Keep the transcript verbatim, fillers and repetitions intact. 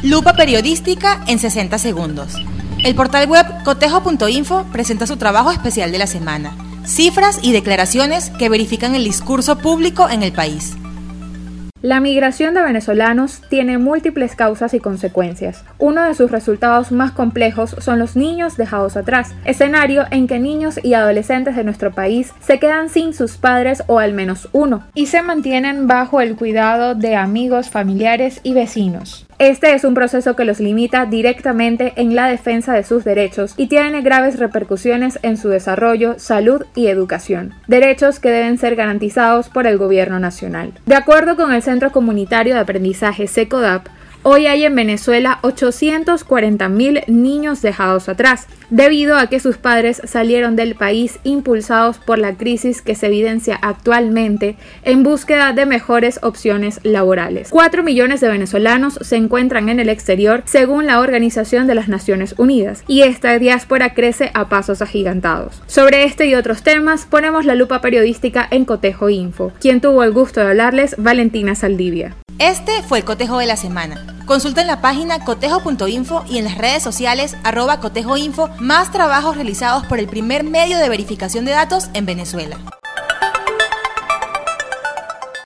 Lupa periodística en sesenta segundos. El portal web cotejo punto info presenta su trabajo especial de la semana. Cifras y declaraciones que verifican el discurso público en el país. La migración de venezolanos tiene múltiples causas y consecuencias. Uno de sus resultados más complejos son los niños dejados atrás, escenario en que niños y adolescentes de nuestro país se quedan sin sus padres o al menos uno, y se mantienen bajo el cuidado de amigos, familiares y vecinos. Este es un proceso que los limita directamente en la defensa de sus derechos y tiene graves repercusiones en su desarrollo, salud y educación, derechos que deben ser garantizados por el gobierno nacional. De acuerdo con el Centro Comunitario de Aprendizaje SECODAP, hoy hay en Venezuela ochocientos cuarenta mil niños dejados atrás, debido a que sus padres salieron del país impulsados por la crisis que se evidencia actualmente en búsqueda de mejores opciones laborales. Cuatro millones de venezolanos se encuentran en el exterior según la Organización de las Naciones Unidas, y esta diáspora crece a pasos agigantados. Sobre este y otros temas ponemos la lupa periodística en Cotejo Info. Quien tuvo el gusto de hablarles, Valentina Saldivia. Este fue el cotejo de la semana. Consulta en la página cotejo punto info y en las redes sociales arroba cotejoinfo más trabajos realizados por el primer medio de verificación de datos en Venezuela.